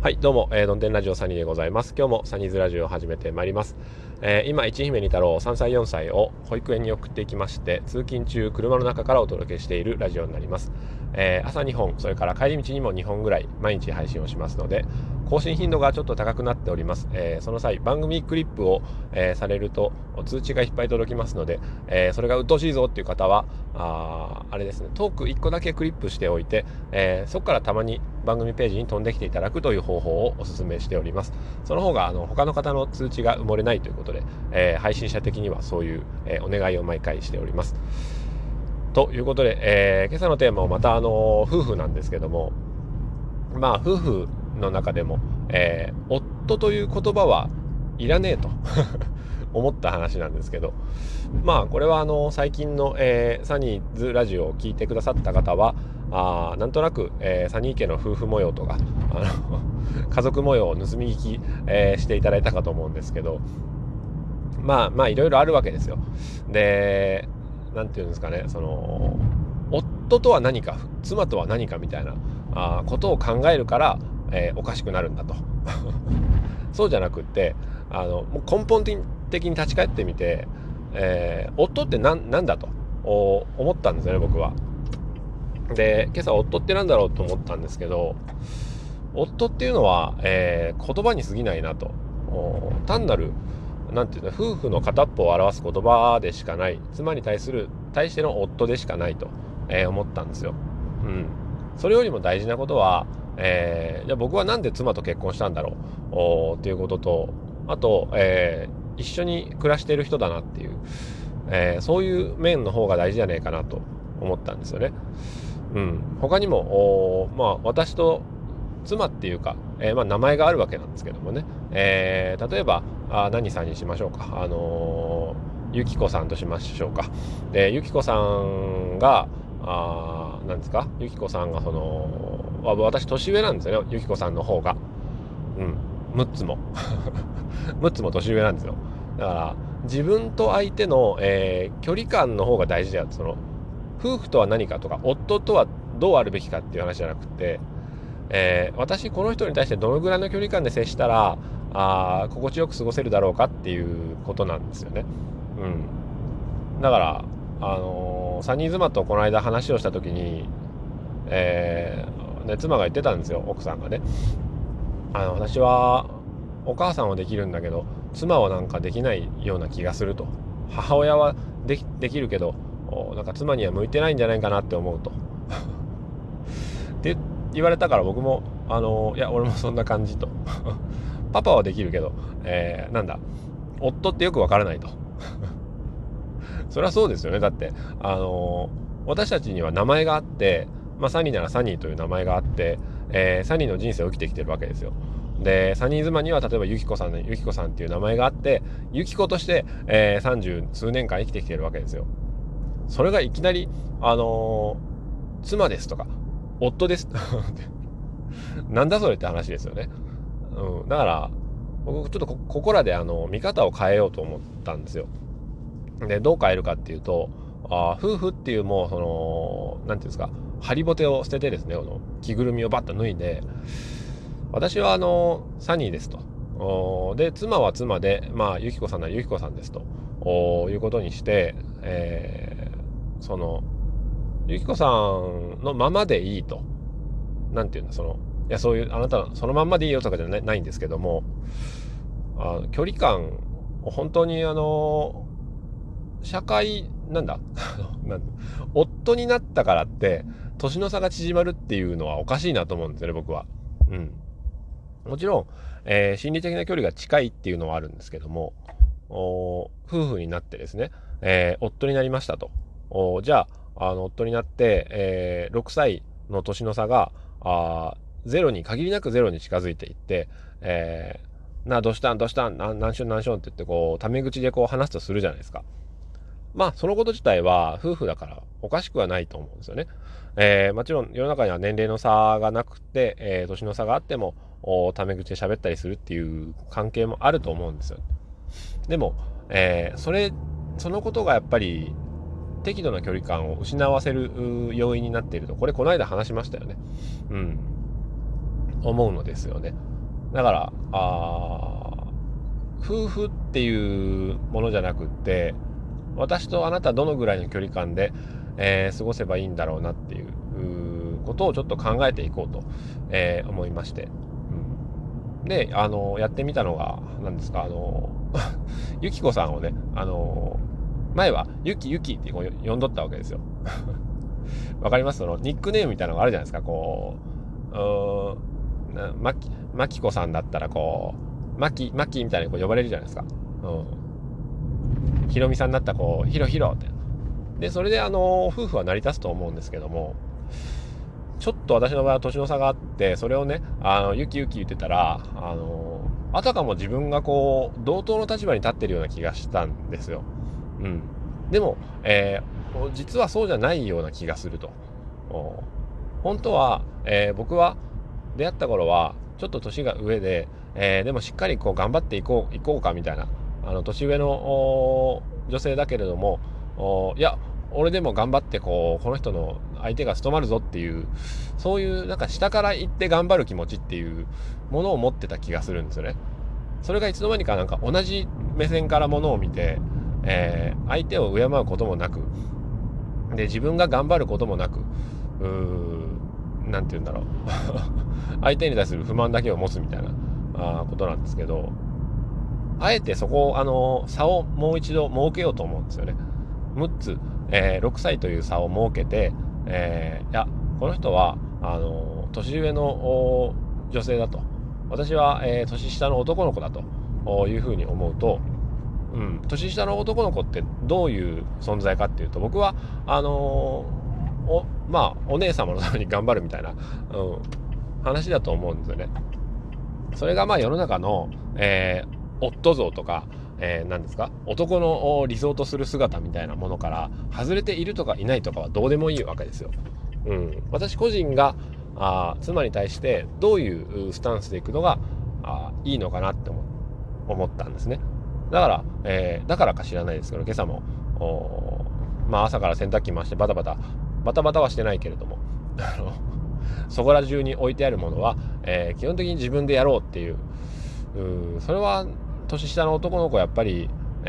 はい、どうも、のんてんラジオサニーでございます。今日もサニーズラジオを始めてまいります。今、一姫二太郎3歳4歳を保育園に送っていきまして、通勤中、車の中からお届けしているラジオになります。朝2本、それから帰り道にも2本ぐらい毎日配信をしますので、更新頻度がちょっと高くなっております。その際、番組クリップを、されると通知がいっぱい届きますので、それが鬱陶しいぞっていう方は、あれですね、トーク1個だけクリップしておいて、そこからたまに番組ページに飛んできていただくという方法をお勧めしております。その方が他の方の通知が埋もれないということで、配信者的にはそういう、お願いを毎回しております。ということで、今朝のテーマはまた夫婦なんですけども、夫婦の中でも、夫という言葉はいらねえと思った話なんですけど、これは最近の、サニーズラジオを聞いてくださった方はなんとなく、サニー家の夫婦模様とか家族模様を盗み聞き、していただいたかと思うんですけど、いろいろあるわけですよ。で、なんていうんですかね、夫とは何か妻とは何かみたいなことを考えるから、おかしくなるんだとそうじゃなくってもう根本的に立ち返ってみて、夫ってなんだと思ったんですよね、僕は。で、今朝夫ってなんだろうと思ったんですけど、夫っていうのは、言葉に過ぎないなと。単なるなんていうの、夫婦の片っぽを表す言葉でしかない、妻に対しての夫でしかないと、思ったんですよ。それよりも大事なことは、じゃあ僕はなんで妻と結婚したんだろうっていうことと、あと、一緒に暮らしている人だなっていう、そういう面の方が大事じゃねえかなと思ったんですよね。他にも私と妻っていうか、名前があるわけなんですけどもね、例えば何さんにしましょうか、ゆきこさんとしましょうか。で、ゆきこさんがなんですか、ゆきこさんが私年上なんですよね、ゆきこさんの方が。6つも6つも年上なんですよ。だから自分と相手の、距離感の方が大事だよ。夫婦とは何かとか夫とはどうあるべきかっていう話じゃなくて、私この人に対してどのぐらいの距離感で接したら心地よく過ごせるだろうかっていうことなんですよね。だからサニー妻とこの間話をした時に、妻が言ってたんですよ、奥さんがね。私はお母さんはできるんだけど妻はなんかできないような気がすると。母親はできるけどなんか妻には向いてないんじゃないかなって思うとって言われたから、僕もいや俺もそんな感じとパパはできるけど、なんだ夫ってよくわからないとそれはそうですよね。だって私たちには名前があって、サニーならサニーという名前があって、サニーの人生を生きてきてるわけですよ。で、サニー妻には例えばユキコさんっていう名前があって、ユキコとして、30数年間生きてきてるわけですよ。それがいきなり妻ですとか夫ですなんだそれって話ですよね。だから僕ちょっとここらで見方を変えようと思ったんですよ。で、どう変えるかっていうと、夫婦っていうもうなんていうんですか、ハリボテを捨ててですね、着ぐるみをバッと脱いで、私はサニーですと。で、妻は妻で、ゆきこさんならゆきこさんですということにして、ゆきこさんのままでいいと。なんていうんだ、いや、そういう、あなたそのまんまでいいよとかじゃないんですけども、距離感、本当に社会、なんだ夫になったからって、年の差が縮まるっていうのはおかしいなと思うんですよね、僕は。もちろん、心理的な距離が近いっていうのはあるんですけども、夫婦になってですね、夫になりましたと。じゃあ、夫になって、6歳の年の差が、限りなくゼロに近づいていって、どうしたん何しょんって言って、タメ口で話すとするじゃないですか。そのこと自体は夫婦だからおかしくはないと思うんですよね。もちろん世の中には年齢の差がなくて、年の差があってもタメ口で喋ったりするっていう関係もあると思うんですよ。でも、そのことがやっぱり適度な距離感を失わせる要因になっていると、この間話しましたよね。思うのですよね。 だから夫婦っていうものじゃなくって、私とあなたどのぐらいの距離感で、過ごせばいいんだろうなっていうことをちょっと考えていこうと、思いまして、でやってみたのが何ですか、ゆきこさんをね、前はゆきゆきってこう呼んどったわけですよ。わかります？そのニックネームみたいなのがあるじゃないですか。こうまきこさんだったらこうまきみたいにこう呼ばれるじゃないですか。ひろみさんだったらこうひろひろって。でそれで夫婦は成り立つと思うんですけども、ちょっと私の場合は年の差があって、それをねゆきゆき言ってたらあたかも自分がこう同等の立場に立ってるような気がしたんですよ。でも、実はそうじゃないような気がすると。本当は、僕は出会った頃はちょっと年が上で、でもしっかりこう頑張っていこうかみたいな年上の女性だけれども、いや俺でも頑張ってこの人の相手が務まるぞっていう、そういうなんか下から行って頑張る気持ちっていうものを持ってた気がするんですよね。それがいつの間にかなんか同じ目線からものを見て、相手を敬うこともなく、で自分が頑張ることもなく、なんて言うんだろう相手に対する不満だけを持つみたいなことなんですけど、あえてそこを差をもう一度設けようと思うんですよね。6つ、6歳という差を設けて、いやこの人は年上の女性だと、私は、年下の男の子だというふうに思うと、年下の男の子ってどういう存在かっていうと、僕はお姉様のために頑張るみたいな、話だと思うんですよね。それが世の中の、夫像とか、何ですか、男の理想とする姿みたいなものから外れているとかいないとかはどうでもいいわけですよ。私個人が妻に対してどういうスタンスでいくのがいいのかなって思ったんですね。だから、だからか知らないですけど、今朝も朝から洗濯機回してバタバタはしてないけれどもそこら中に置いてあるものは、基本的に自分でやろうっていう、それは年下の男の子やっぱり、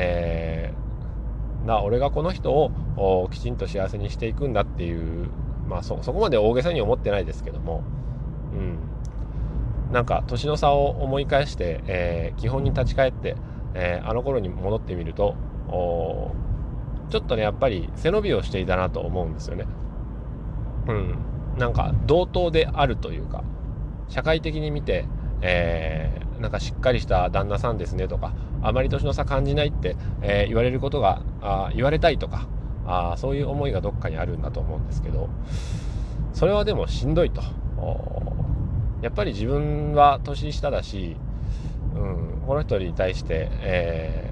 俺がこの人をきちんと幸せにしていくんだっていう、そこまで大げさに思ってないですけども、なんか年の差を思い返して、基本に立ち返って、あの頃に戻ってみるとちょっとねやっぱり背伸びをしていたなと思うんですよね。なんか同等であるというか、社会的に見て、なんかしっかりした旦那さんですねとか、あまり年の差感じないって、言われることが言われたいとか、そういう思いがどっかにあるんだと思うんですけど、それはでもしんどいと。やっぱり自分は年下だし、この人に対して、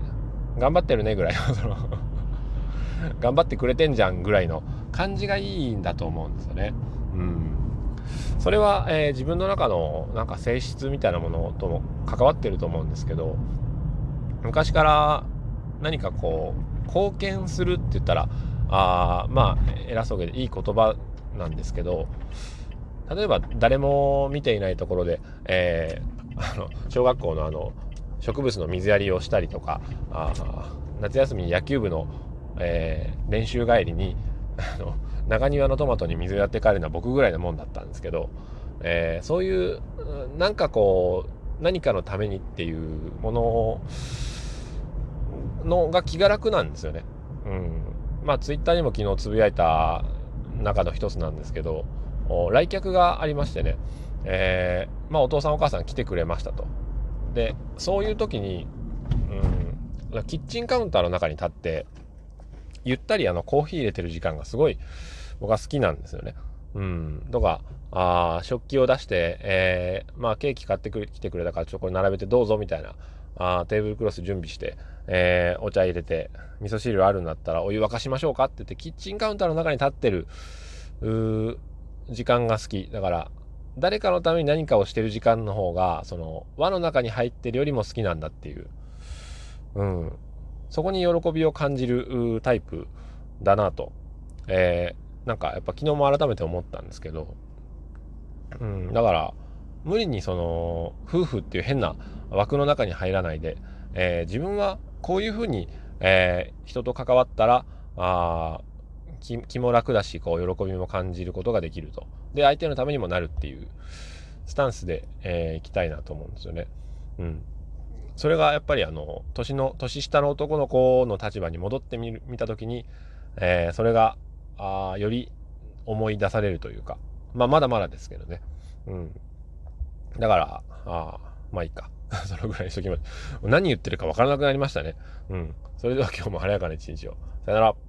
頑張ってるねぐらいの頑張ってくれてんじゃんぐらいの感じがいいんだと思うんですよね。それは、自分の中のなんか性質みたいなものとも関わってると思うんですけど、昔から何かこう貢献するって言ったら偉そうでいい言葉なんですけど、例えば誰も見ていないところで、小学校の植物の水やりをしたりとか、夏休みに野球部の、練習帰りに中庭のトマトに水をやって帰るのは僕ぐらいのもんだったんですけど、そういうなんかこう何かのためにっていうものが気が楽なんですよね。ツイッターにも昨日つぶやいた中の一つなんですけど、来客がありましてね、お父さんお母さん来てくれましたと。でそういう時に、キッチンカウンターの中に立ってゆったりコーヒー入れてる時間がすごい僕は好きなんですよね。とか食器を出して、ケーキ買ってきてくれたからこれ並べてどうぞみたいな、テーブルクロス準備して、お茶入れて味噌汁あるんだったらお湯沸かしましょうかって言ってキッチンカウンターの中に立ってる時間が好きだから、誰かのために何かをしてる時間の方がその輪の中に入ってるよりも好きなんだっていう、そこに喜びを感じるタイプだなと、なんかやっぱ昨日も改めて思ったんですけど、だから無理にその夫婦っていう変な枠の中に入らないで、自分はこういうふうに、人と関わったら気も楽だし、こう喜びも感じることができると。で、相手のためにもなるっていうスタンスで、いきたいなと思うんですよね。うん。それがやっぱり年下の男の子の立場に戻ってみたときに、それがより思い出されるというか、まあまだまだですけどね。うん。だからまあいいか。そのぐらいにしときます。何言ってるかわからなくなりましたね。うん。それでは今日も晴れやかな一日を。さよなら。